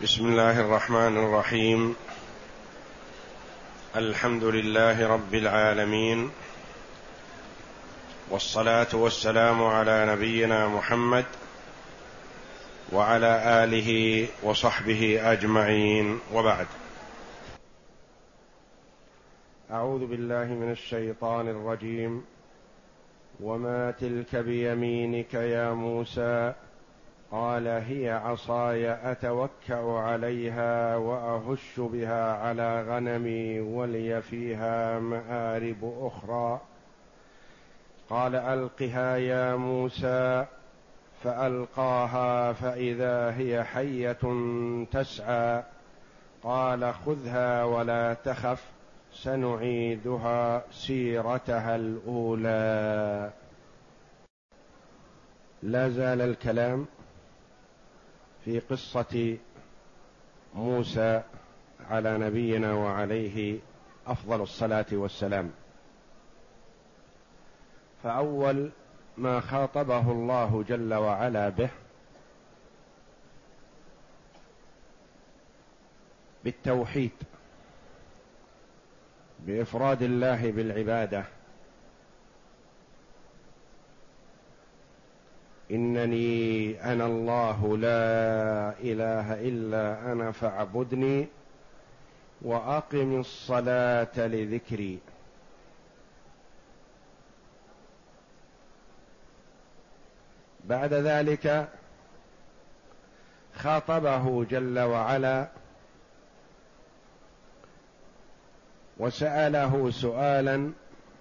بسم الله الرحمن الرحيم. الحمد لله رب العالمين، والصلاة والسلام على نبينا محمد وعلى آله وصحبه أجمعين، وبعد. أعوذ بالله من الشيطان الرجيم. وما تلك بيمينك يا موسى؟ قال هي عصاي أتوكأ عليها وأهش بها على غنمي ولي فيها مآرب أخرى. قال ألقها يا موسى، فألقاها فإذا هي حية تسعى. قال خذها ولا تخف، سنعيدها سيرتها الأولى. لا زال الكلام في قصة موسى على نبينا وعليه أفضل الصلاة والسلام. فأول ما خاطبه الله جل وعلا به بالتوحيد، بإفراد الله بالعبادة. إنني أنا الله لا إله إلا أنا فاعبدني وأقم الصلاة لذكري. بعد ذلك خاطبه جل وعلا وسأله سؤالا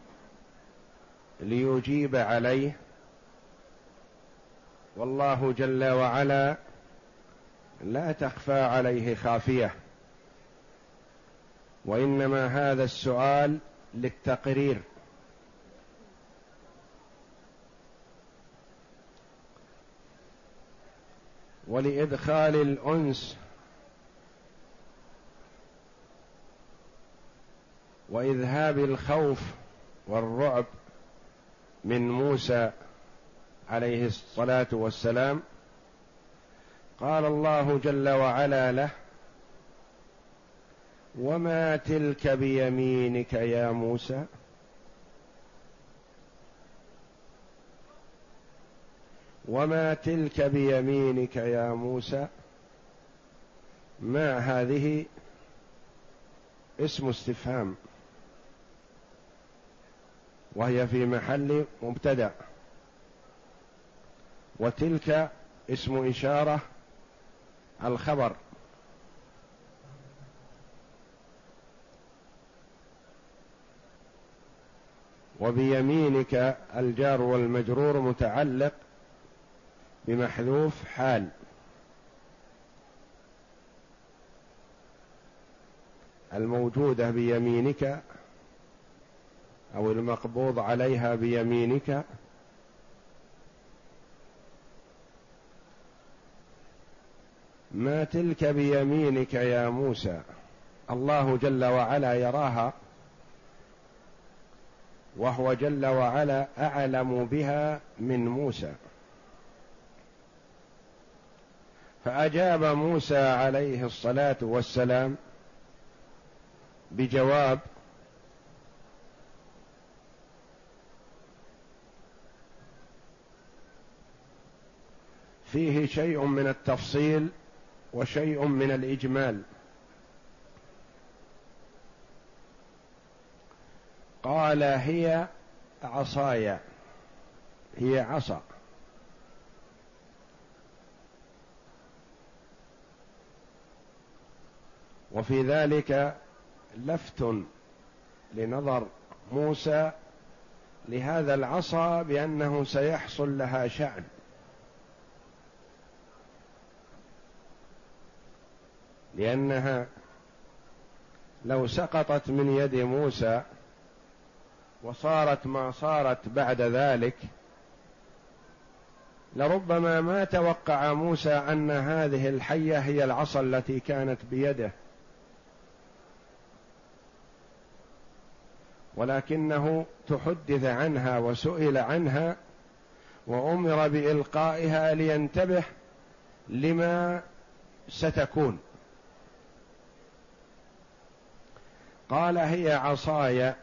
ليجيب عليه، والله جل وعلا لا تخفى عليه خافية، وإنما هذا السؤال للتقرير. ولإدخال الأنس وإذهاب الخوف والرعب من موسى عليه الصلاة والسلام، قال الله جل وعلا له: وما تلك بيمينك يا موسى؟ وما تلك بيمينك يا موسى؟ ما هذه اسم استفهام، وهي في محل مبتدأ، وتلك اسم إشارة الخبر. وبيمينك الجار والمجرور متعلق بمحذوف حال. الموجودة بيمينك أو المقبوض عليها بيمينك ما تلك بيمينك يا موسى. الله جل وعلا يراها، وهو جل وعلا أعلم بها من موسى. فأجاب موسى عليه الصلاة والسلام بجواب فيه شيء من التفصيل وشيء من الإجمال. قال هي عصاي، هي عصا. وفي ذلك لفت لنظر موسى لهذا العصا بأنه سيحصل لها شأن، لأنها لو سقطت من يد موسى وصارت ما صارت بعد ذلك، لربما ما توقع موسى أن هذه الحية هي العصا التي كانت بيده، ولكنه تحدث عنها وسئل عنها وأمر بإلقائها لينتبه لما ستكون. قال هي عصاي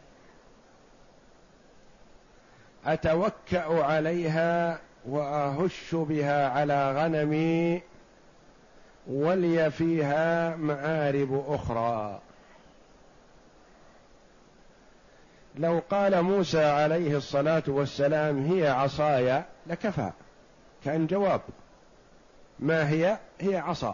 أتوكأ عليها وأهش بها على غنمي ولي فيها مآرب أخرى. لو قال موسى عليه الصلاة والسلام هي عصاي لكفى، كان جواب. ما هي؟ هي عصا.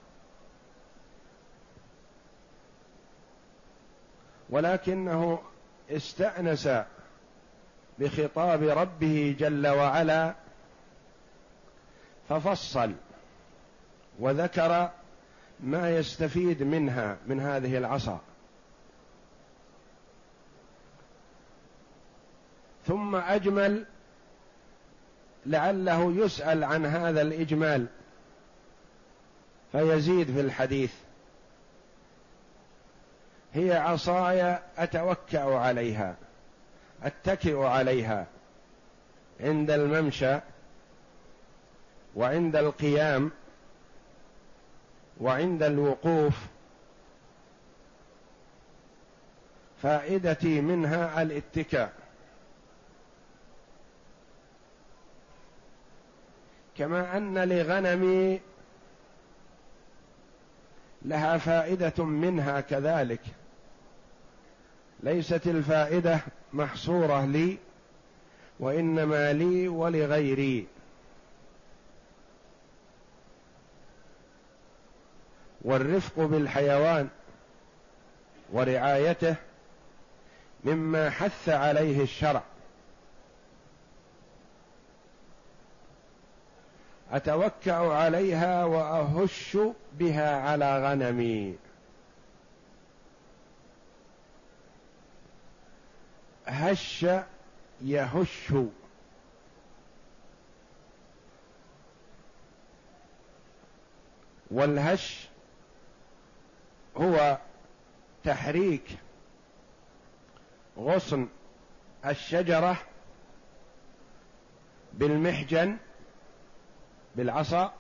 ولكنه استأنس بخطاب ربه جل وعلا ففصل وذكر ما يستفيد منها من هذه العصا، ثم أجمل لعله يسأل عن هذا الإجمال فيزيد في الحديث. هي عصاي أتوكأ عليها، أتكئ عليها عند الممشى وعند القيام وعند الوقوف. فائدتي منها الاتكاء، كما أن لغنمي لها فائدة منها كذلك، ليست الفائدة محصورة لي وإنما لي ولغيري. والرفق بالحيوان ورعايته مما حث عليه الشرع. أتوكأ عليها وأهش بها على غنمي. هش يهش، والهش هو تحريك غصن الشجرة بالمحجن بالعصا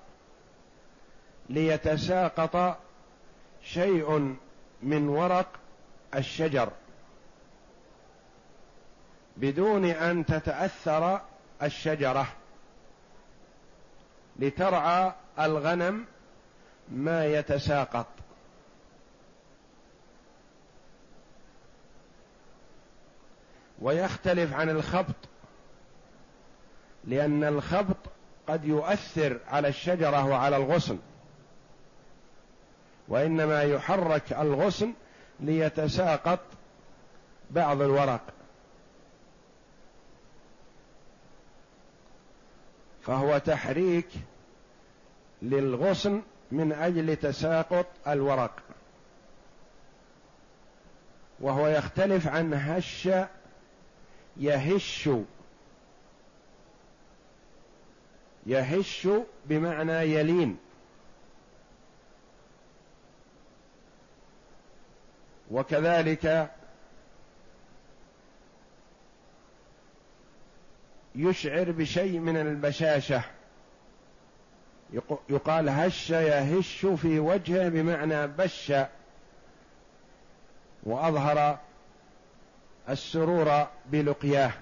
ليتساقط شيء من ورق الشجر بدون أن تتأثر الشجرة، لترعى الغنم ما يتساقط. ويختلف عن الخبط، لأن الخبط قد يؤثر على الشجرة وعلى الغصن، وإنما يحرك الغصن ليتساقط بعض الورق، فهو تحريك للغصن من أجل تساقط الورق. وهو يختلف عن هش يهش. يهش بمعنى يلين، وكذلك يشعر بشيء من البشاشة. يقال هش يهش في وجهه بمعنى بش وأظهر السرور بلقياه.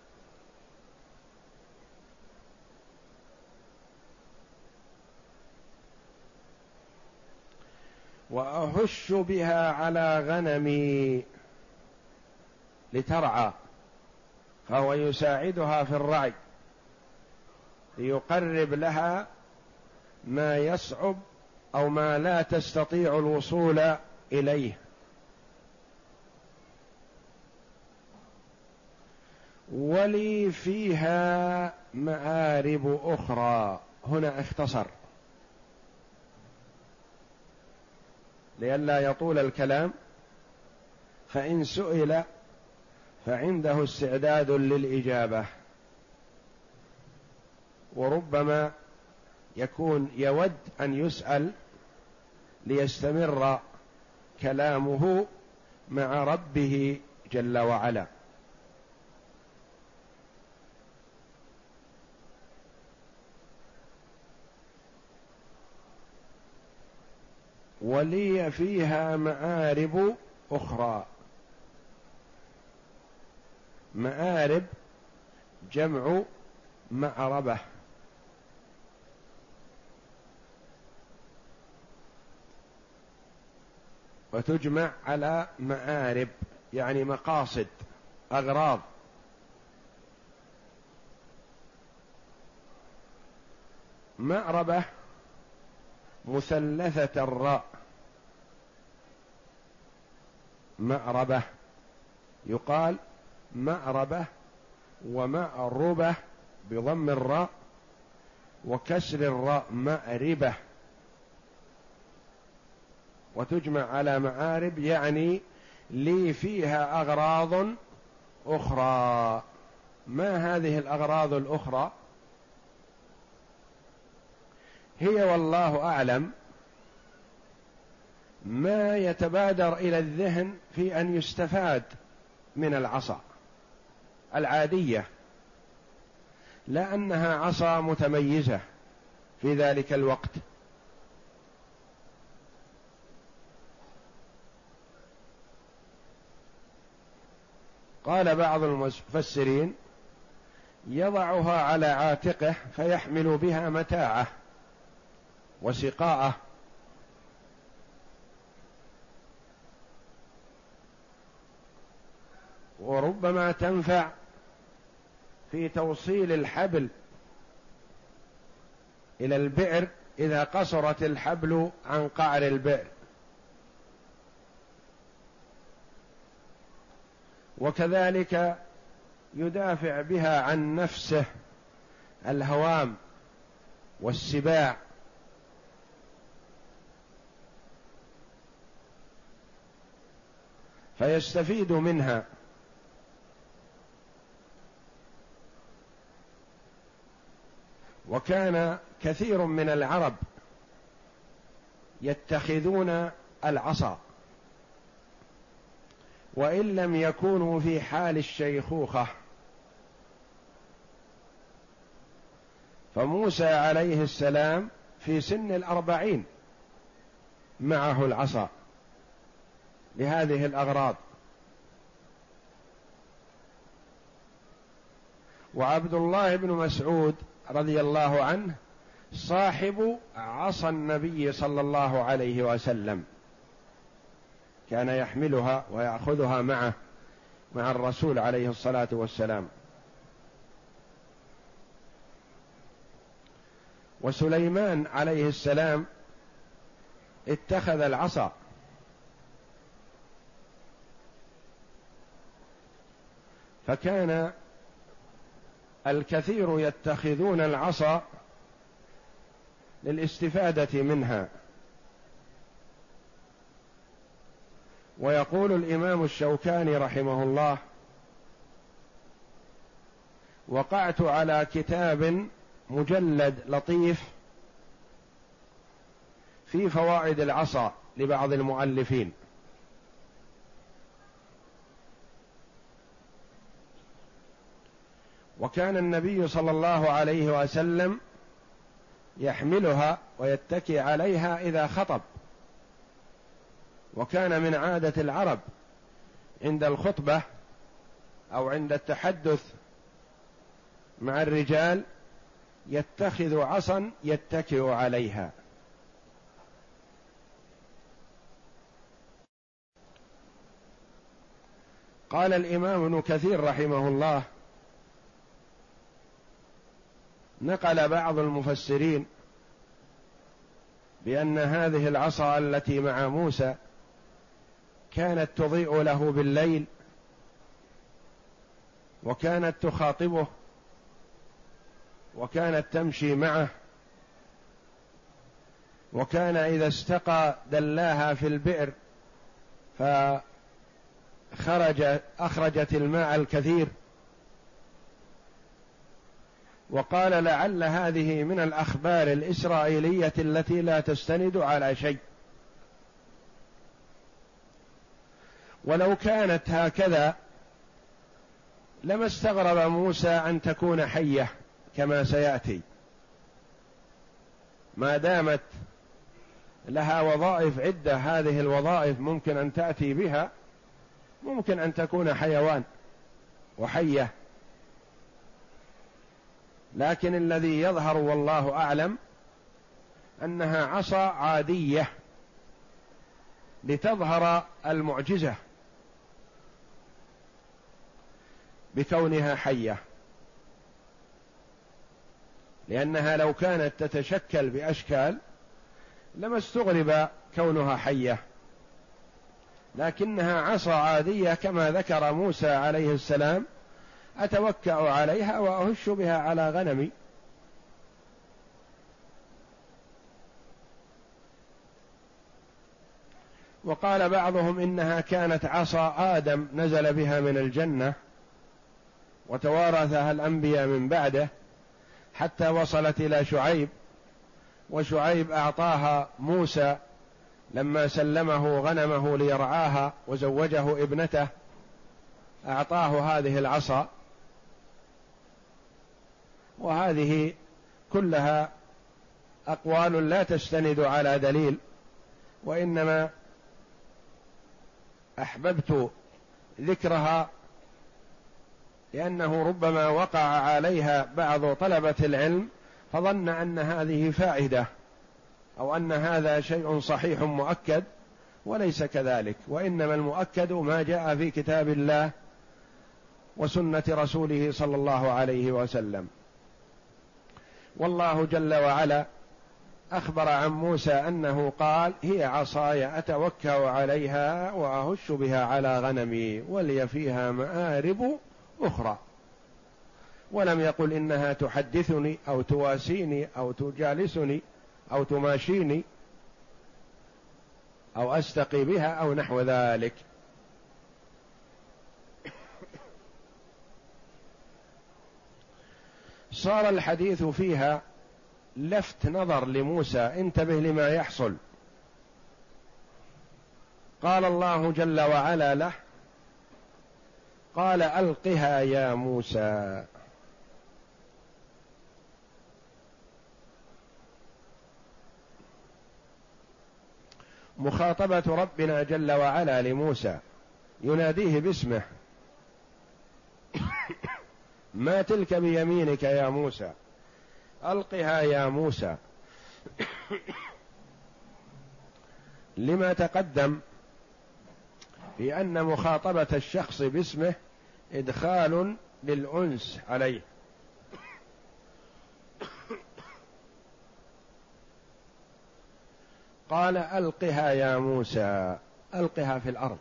وأهش بها على غنمي لترعى، فهو يساعدها في الرعي ليقرب لها ما يصعب أو ما لا تستطيع الوصول إليه. ولي فيها مآرب أخرى، هنا اختصر لئلا يطول الكلام، فإن سئل فعنده استعداد للإجابة، وربما يكون يود أن يسأل ليستمر كلامه مع ربه جل وعلا. ولي فيها مآرب أخرى. مآرب جمع مأربة، وتجمع على مآرب يعني مقاصد، أغراض. مأربة مثلثة الراء، مأربة يقال مأربة ومأربة بضم الراء وكسر الراء مأربة، وتجمع على مآرب يعني لي فيها أغراض أخرى. ما هذه الأغراض الأخرى؟ هي والله أعلم ما يتبادر إلى الذهن في أن يستفاد من العصا العادية، لا أنها عصا متميزة في ذلك الوقت. قال بعض المفسرين يضعها على عاتقه فيحمل بها متاعه وسقاءه، وربما تنفع في توصيل الحبل إلى البئر إذا قصرت الحبل عن قعر البئر، وكذلك يدافع بها عن نفسه الهوام والسباع. فيستفيد منها. وكان كثير من العرب يتخذون العصا وإن لم يكونوا في حال الشيخوخة. فموسى عليه السلام في سن 40 معه العصا لهذه الأغراض. وعبد الله بن مسعود رضي الله عنه صاحب عصا النبي صلى الله عليه وسلم، كان يحملها ويأخذها معه مع الرسول عليه الصلاة والسلام. وسليمان عليه السلام اتخذ العصا، فكان الكثير يتخذون العصا للاستفادة منها. ويقول الإمام الشوكاني رحمه الله: وقعت على كتاب مجلد لطيف في فوائد العصا لبعض المؤلفين، وكان النبي صلى الله عليه وسلم يحملها ويتكي عليها إذا خطب، وكان من عادة العرب عند الخطبة أو عند التحدث مع الرجال يتخذ عصا يتكئ عليها. قال الإمام ابن كثير رحمه الله: نقل بعض المفسرين بأن هذه العصا التي مع موسى كانت تضيء له بالليل، وكانت تخاطبه، وكانت تمشي معه، وكان إذا استقى دلاها في البئر أخرجت الماء الكثير. وقال: لعل هذه من الأخبار الإسرائيلية التي لا تستند على شيء، ولو كانت هكذا لما استغرب موسى أن تكون حية كما سيأتي، ما دامت لها وظائف عدة، هذه الوظائف ممكن أن تأتي بها، ممكن أن تكون حيوان وحية، لكن الذي يظهر والله أعلم أنها عصا عادية لتظهر المعجزة بكونها حية، لأنها لو كانت تتشكل بأشكال لما استغرب كونها حية، لكنها عصا عادية كما ذكر موسى عليه السلام: أتوكأ عليها وأهش بها على غنمي. وقال بعضهم إنها كانت عصا آدم نزل بها من الجنة وتوارثها الأنبياء من بعده حتى وصلت إلى شعيب، وشعيب أعطاها موسى لما سلمه غنمه ليرعاها وزوجه ابنته، أعطاه هذه العصا. وهذه كلها أقوال لا تستند على دليل، وإنما أحببت ذكرها لأنه ربما وقع عليها بعض طلبة العلم فظن أن هذه فائدة أو أن هذا شيء صحيح مؤكد، وليس كذلك، وإنما المؤكد ما جاء في كتاب الله وسنة رسوله صلى الله عليه وسلم. والله جل وعلا أخبر عن موسى أنه قال: هي عصاي أتوكأ عليها وأهش بها على غنمي ولي فيها مآرب أخرى، ولم يقل إنها تحدثني أو تواسيني أو تجالسني أو تماشيني أو أستقي بها أو نحو ذلك. صار الحديث فيها لفت نظر لموسى: انتبه لما يحصل. قال الله جل وعلا له: قال ألقها يا موسى. مخاطبة ربنا جل وعلا لموسى، يناديه باسمه: ما تلك بيمينك يا موسى، ألقها يا موسى. لما تقدم في أن مخاطبة الشخص باسمه إدخال للأنس عليه. قال ألقها يا موسى، ألقها في الأرض.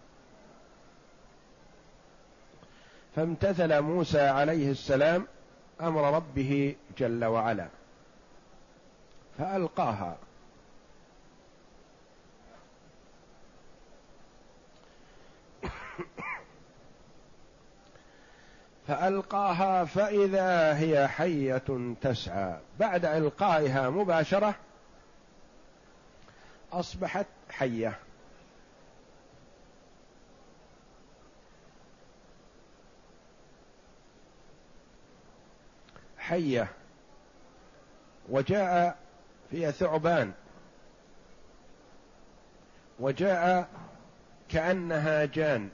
فامتثل موسى عليه السلام أمر ربه جل وعلا فألقاها. فألقاها فإذا هي حية تسعى. بعد إلقائها مباشرة أصبحت حية. حية، وجاء فيها ثعبان، وجاء كأنها جان،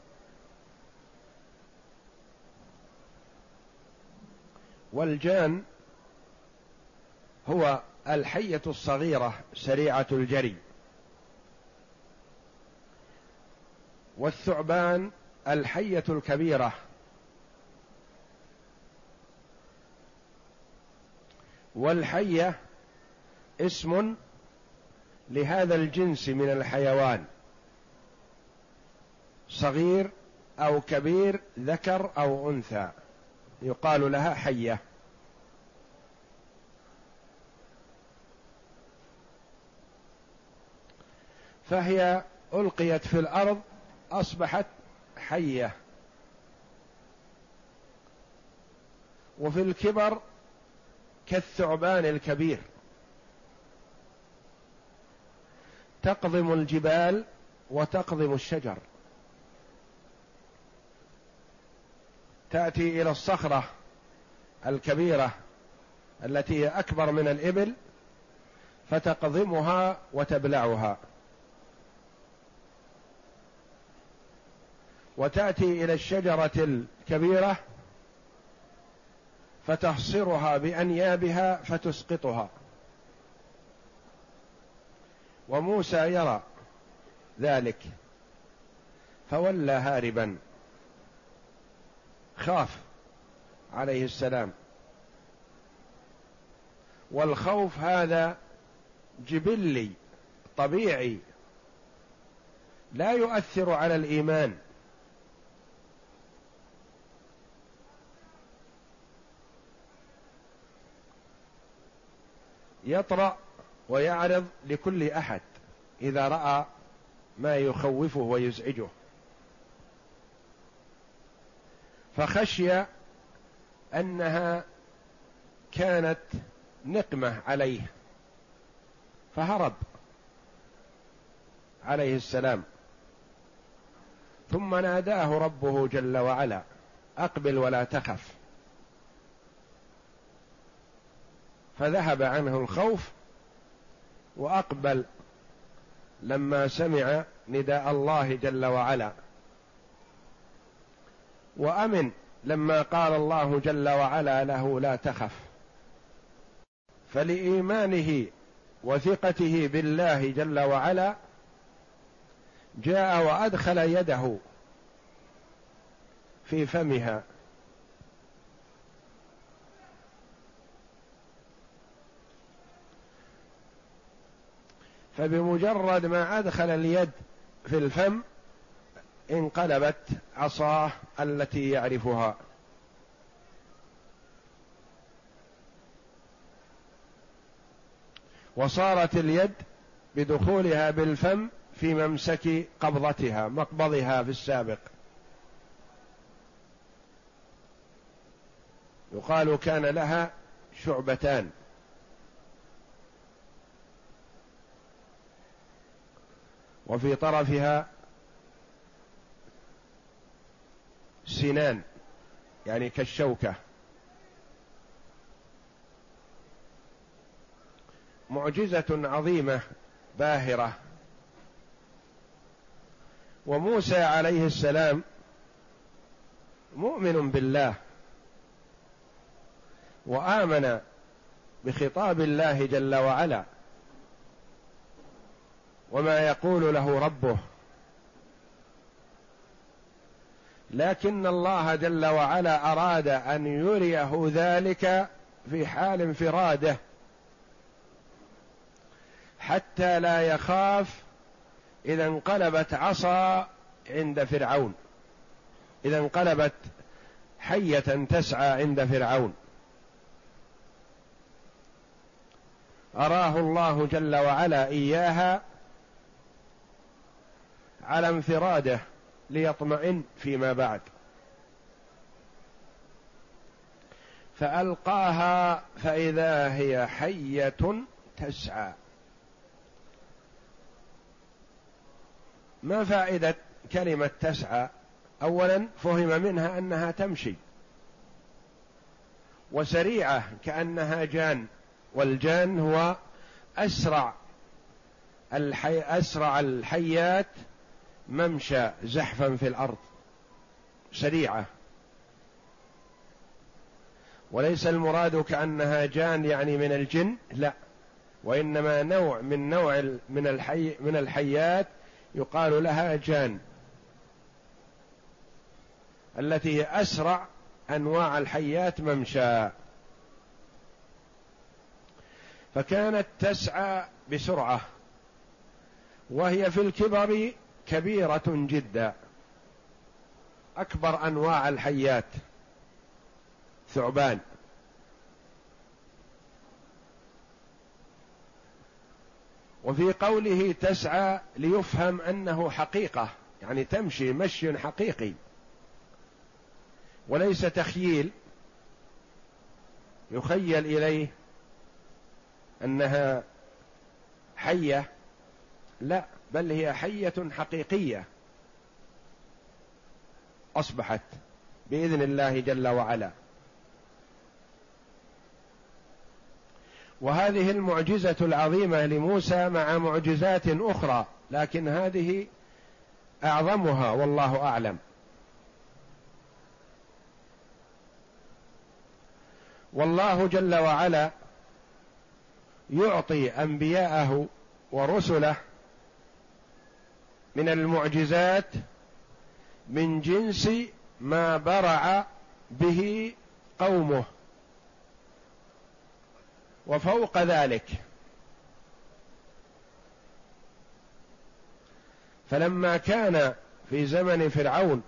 والجان هو الحية الصغيرة سريعة الجري، والثعبان الحية الكبيرة. والحية اسم لهذا الجنس من الحيوان، صغير أو كبير، ذكر أو أنثى، يقال لها حية. فهي ألقيت في الأرض أصبحت حية. وفي الكبر كالثعبان الكبير، تقضم الجبال وتقضم الشجر، تأتي إلى الصخرة الكبيرة التي هي أكبر من الإبل فتقضمها وتبلعها، وتأتي إلى الشجرة الكبيرة فتحصرها بأنيابها فتسقطها، وموسى يرى ذلك فولى هاربا، خاف عليه السلام. والخوف هذا جبلي طبيعي لا يؤثر على الإيمان، يطرأ ويعرض لكل أحد إذا رأى ما يخوفه ويزعجه، فخشي أنها كانت نقمة عليه فهرب عليه السلام. ثم ناداه ربه جل وعلا: أقبل ولا تخف، فذهب عنه الخوف وأقبل لما سمع نداء الله جل وعلا، وأمن لما قال الله جل وعلا له: لا تخف. فلإيمانه وثقته بالله جل وعلا جاء وأدخل يده في فمها، فبمجرد ما أدخل اليد في الفم انقلبت عصاه التي يعرفها، وصارت اليد بدخولها بالفم في ممسك قبضتها مقبضها في السابق. يقال كان لها شعبتان، وفي طرفها سنان يعني كالشوكة. معجزة عظيمة باهرة. وموسى عليه السلام مؤمن بالله وآمن بخطاب الله جل وعلا وما يقول له ربه، لكن الله جل وعلا أراد أن يريه ذلك في حال انفراده حتى لا يخاف إذا انقلبت عصا عند فرعون، إذا انقلبت حية تسعى عند فرعون. أراه الله جل وعلا إياها على انفراده ليطمئن فيما بعد، فألقاها فإذا هي حية تسعى. ما فائدة كلمة تسعى؟ أولا فهم منها أنها تمشي وسريعة كأنها جان، والجان هو أسرع الحيات ممشى زحفا في الأرض، سريعة. وليس المراد كأنها جان يعني من الجن، لا، وإنما نوع من الحيات يقال لها جان، التي هي أسرع أنواع الحيات ممشى. فكانت تسعى بسرعة، وهي في الكبر كبيرة جدا، أكبر أنواع الحيات ثعبان. وفي قوله تسعى ليفهم أنه حقيقة، يعني تمشي مشي حقيقي وليس تخييل يخيل إليه أنها حية، لا، بل هي حية حقيقية أصبحت بإذن الله جل وعلا. وهذه المعجزة العظيمة لموسى مع معجزات أخرى، لكن هذه أعظمها والله أعلم. والله جل وعلا يعطي أنبياءه ورسله من المعجزات من جنس ما برع به قومه وفوق ذلك. فلما كان في زمن فرعون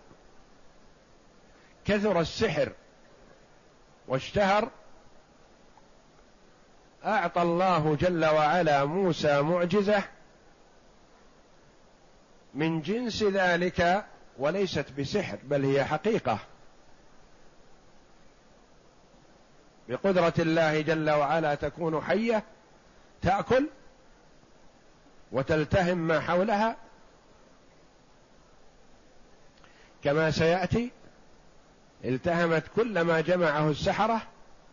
كثر السحر واشتهر، أعطى الله جل وعلا موسى معجزة من جنس ذلك، وليست بسحر بل هي حقيقة بقدرة الله جل وعلا، تكون حية تأكل وتلتهم ما حولها كما سيأتي. التهمت كل ما جمعه السحرة،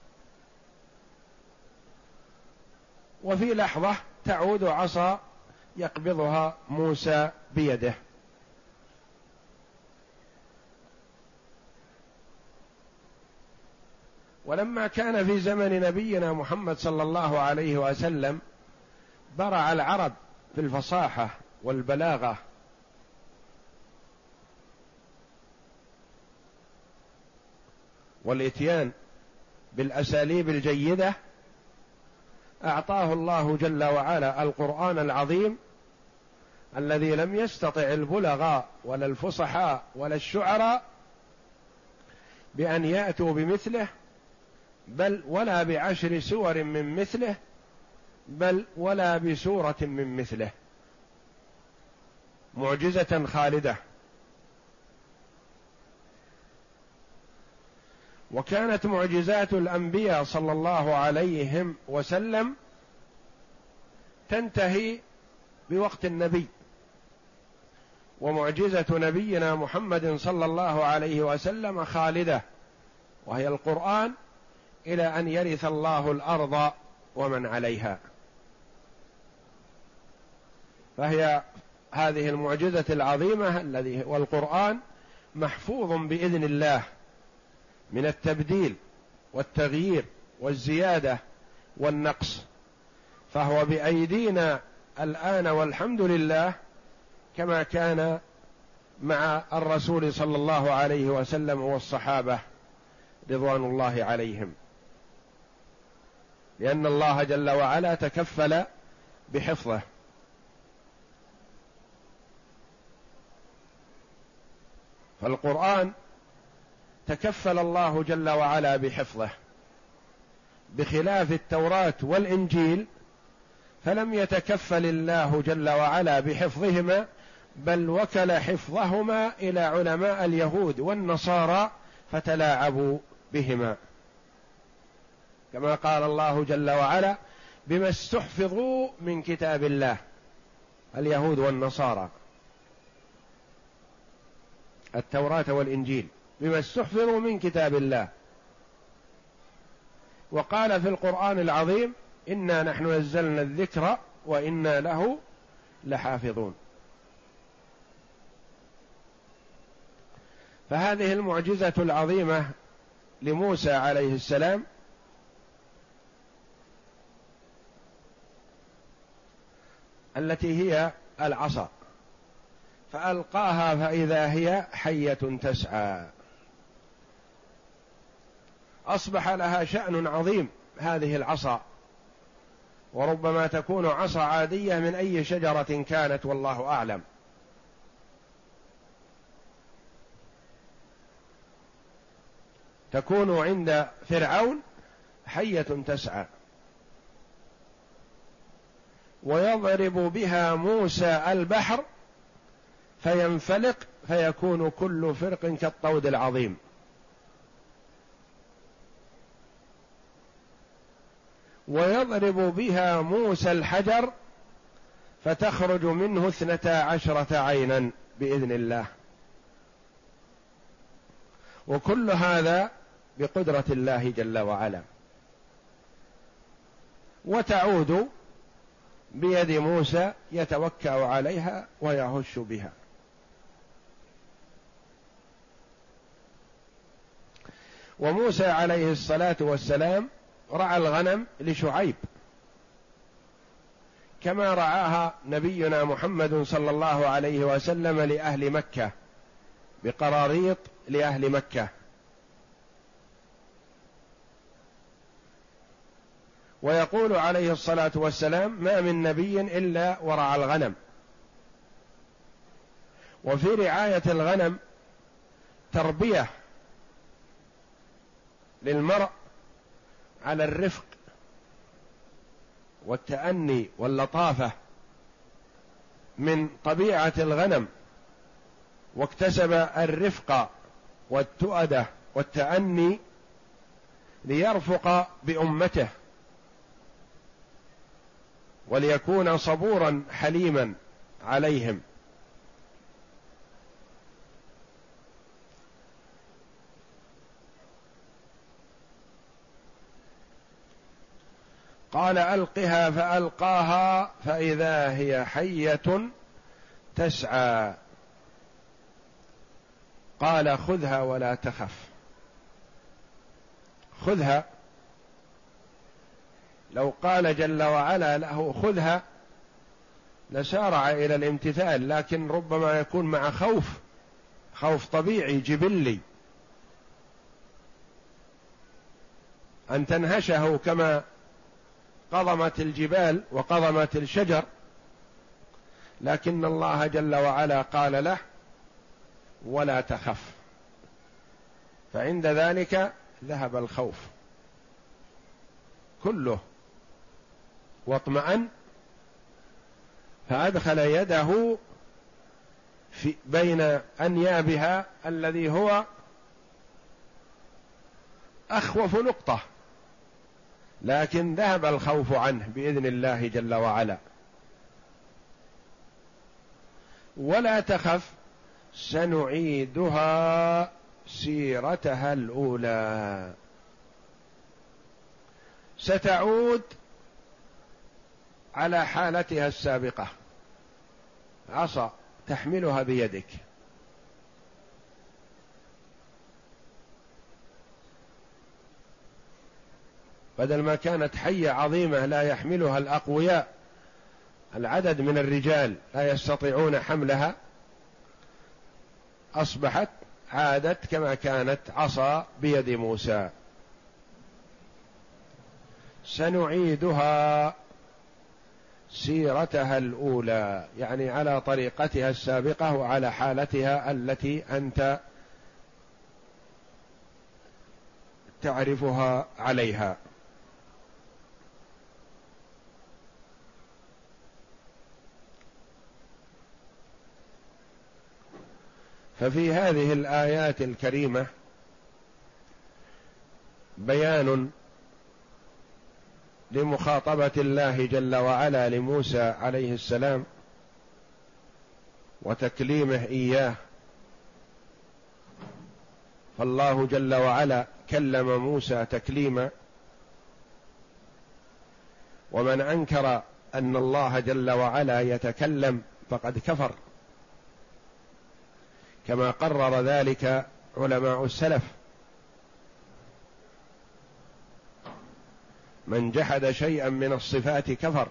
وفي لحظة تعود عصا يقبضها موسى بيده. ولما كان في زمن نبينا محمد صلى الله عليه وسلم برع العرب في الفصاحة والبلاغة، والإتيان بالأساليب الجيدة، أعطاه الله جل وعلا القرآن العظيم الذي لم يستطع البلغاء ولا الفصحاء ولا الشعراء بأن يأتوا بمثله، بل ولا بعشر سور من مثله، بل ولا بسورة من مثله. معجزة خالدة. وكانت معجزات الأنبياء صلى الله عليه وسلم تنتهي بوقت النبي، ومعجزة نبينا محمد صلى الله عليه وسلم خالدة، وهي القرآن إلى أن يرث الله الأرض ومن عليها. فهي هذه المعجزة العظيمة الذي والقرآن محفوظ بإذن الله من التبديل والتغيير والزيادة والنقص، فهو بأيدينا الآن والحمد لله، كما كان مع الرسول صلى الله عليه وسلم والصحابة رضوان الله عليهم، لأن الله جل وعلا تكفل بحفظه. فالقرآن تكفل الله جل وعلا بحفظه، بخلاف التوراة والإنجيل فلم يتكفل الله جل وعلا بحفظهما، بل وكل حفظهما إلى علماء اليهود والنصارى فتلاعبوا بهما، كما قال الله جل وعلا: بما استحفظوا من كتاب الله. اليهود والنصارى التوراة والإنجيل بما استحفظوا من كتاب الله. وقال في القرآن العظيم: إنا نحن نزلنا الذكر وإنا له لحافظون. فهذه المعجزة العظيمة لموسى عليه السلام التي هي العصا، فألقاها فإذا هي حية تسعى. أصبح لها شأن عظيم هذه العصا، وربما تكون عصا عادية من أي شجرة كانت والله أعلم. تكون عند فرعون حية تسعى، ويضرب بها موسى البحر فينفلق فيكون كل فرق كالطود العظيم. ويضرب بها موسى الحجر فتخرج منه 12 عينا بإذن الله. وكل هذا بقدرة الله جل وعلا. وتعود بيد موسى يتوكأ عليها ويهش بها. وموسى عليه الصلاة والسلام رعى الغنم لشعيب كما رعاها نبينا محمد صلى الله عليه وسلم لأهل مكة بقراريط لأهل مكة. ويقول عليه الصلاة والسلام: ما من نبي إلا ورعى الغنم. وفي رعاية الغنم تربية للمرء على الرفق والتأني واللطافة من طبيعة الغنم، واكتسب الرفق والتؤدة والتأني ليرفق بأمته وليكون صبورا حليما عليهم. قال: ألقها، فألقاها فإذا هي حية تسعى. قال: خذها ولا تخف. خذها، لو قال جل وعلا له خذها لسارع إلى الامتثال، لكن ربما يكون مع خوف طبيعي جبلي أن تنهشه كما قضمت الجبال وقضمت الشجر، لكن الله جل وعلا قال له: ولا تخف. فعند ذلك ذهب الخوف كله واطمأن، فأدخل يده في بين أنيابها الذي هو أخوف نقطة، لكن ذهب الخوف عنه بإذن الله جل وعلا. ولا تخف سنعيدها سيرتها الأولى. ستعود على حالتها السابقة، عصا تحملها بيدك، بدل ما كانت حية عظيمة لا يحملها الأقوياء، العدد من الرجال لا يستطيعون حملها، أصبحت عادت كما كانت عصا بيد موسى. سنعيدها سيرتها الأولى، يعني على طريقتها السابقة وعلى حالتها التي أنت تعرفها عليها. ففي هذه الآيات الكريمة بيان لمخاطبة الله جل وعلا لموسى عليه السلام وتكليمه إياه. فالله جل وعلا كلم موسى تكليما، ومن أنكر أن الله جل وعلا يتكلم فقد كفر، كما قرر ذلك علماء السلف. من جحد شيئا من الصفات كفر.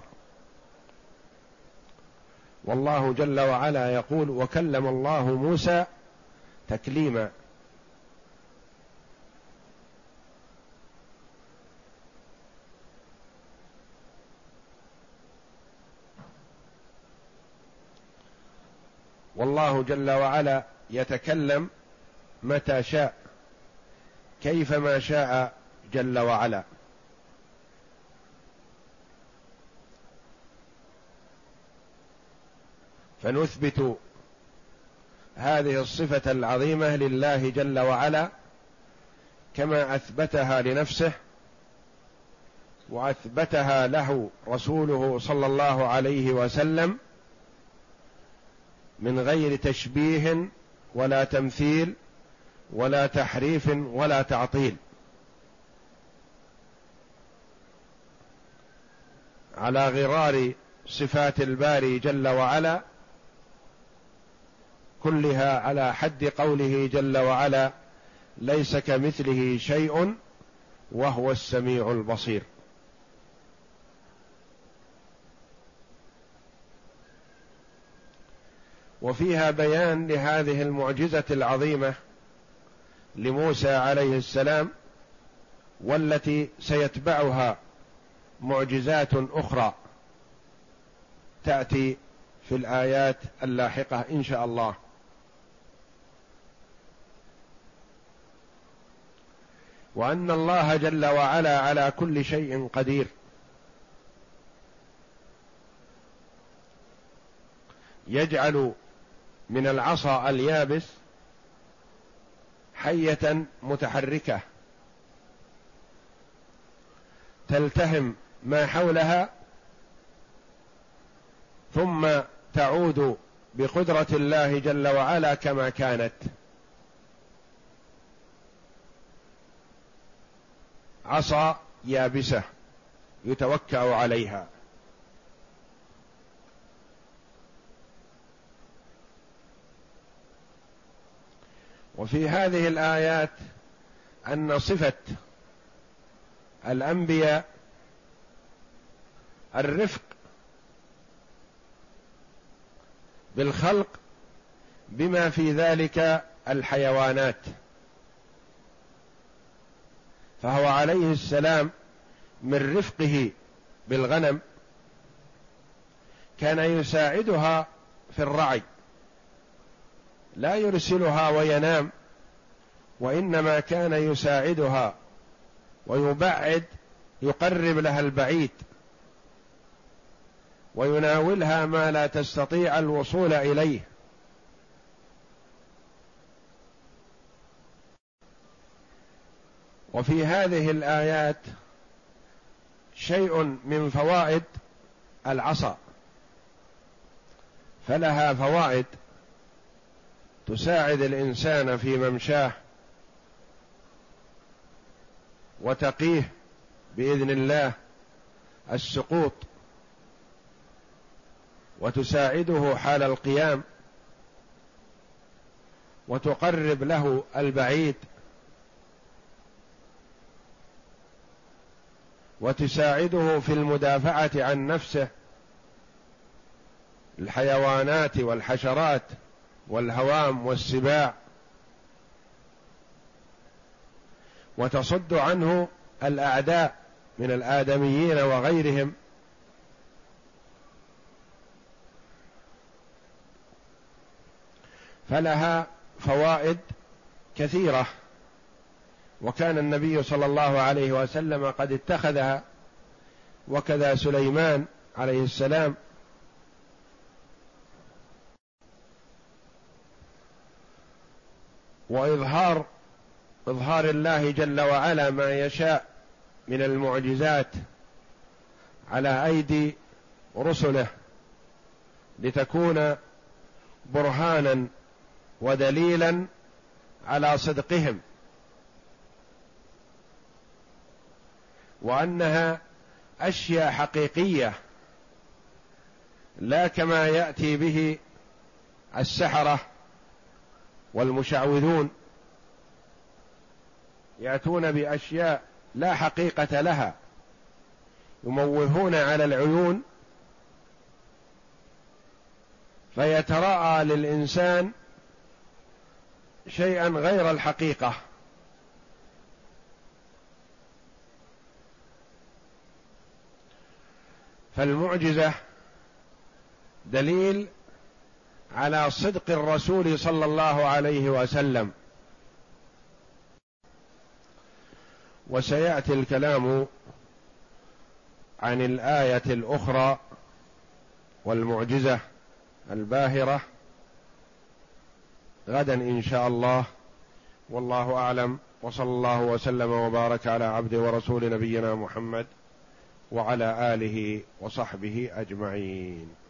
والله جل وعلا يقول: وكلم الله موسى تكليما. والله جل وعلا يتكلم متى شاء كيفما شاء جل وعلا. فنثبت هذه الصفة العظيمة لله جل وعلا كما أثبتها لنفسه وأثبتها له رسوله صلى الله عليه وسلم، من غير تشبيه ولا تمثيل ولا تحريف ولا تعطيل. على غرار صفات الباري جل وعلا كلها على حد قوله جل وعلا: ليس كمثله شيء وهو السميع البصير. وفيها بيان لهذه المعجزة العظيمة لموسى عليه السلام، والتي سيتبعها معجزات أخرى تأتي في الآيات اللاحقة إن شاء الله. وأن الله جل وعلا على كل شيء قدير، يجعل من العصا اليابس حية متحركة تلتهم ما حولها، ثم تعود بقدرة الله جل وعلا كما كانت. عصا يابسة يتوكأ عليها. وفي هذه الآيات أن صفة الأنبياء الرفق بالخلق، بما في ذلك الحيوانات. فهو عليه السلام من رفقه بالغنم كان يساعدها في الرعي، لا يرسلها وينام، وإنما كان يساعدها ويبعد، يقرب لها البعيد، ويناولها ما لا تستطيع الوصول إليه. وفي هذه الآيات شيء من فوائد العصا، فلها فوائد تساعد الإنسان في ممشاه وتقيه بإذن الله السقوط، وتساعده حال القيام، وتقرب له البعيد، وتساعده في المدافعة عن نفسه، الحيوانات والحشرات والهوام والسباع، وتصد عنه الأعداء من الآدميين وغيرهم. فلها فوائد كثيرة، وكان النبي صلى الله عليه وسلم قد اتخذها، وكذا سليمان عليه السلام. وإظهار الله جل وعلا ما يشاء من المعجزات على أيدي رسله لتكون برهانا ودليلا على صدقهم، وأنها أشياء حقيقية، لا كما يأتي به السحرة والمشعوذون، يأتون بأشياء لا حقيقة لها، يموهون على العيون فيتراءى للإنسان شيئا غير الحقيقة. فالمعجزة دليل على صدق الرسول صلى الله عليه وسلم. وسيأتي الكلام عن الآية الأخرى والمعجزة الباهرة غدا إن شاء الله، والله أعلم، وصلى الله وسلم وبارك على عبد ورسول نبينا محمد وعلى آله وصحبه أجمعين.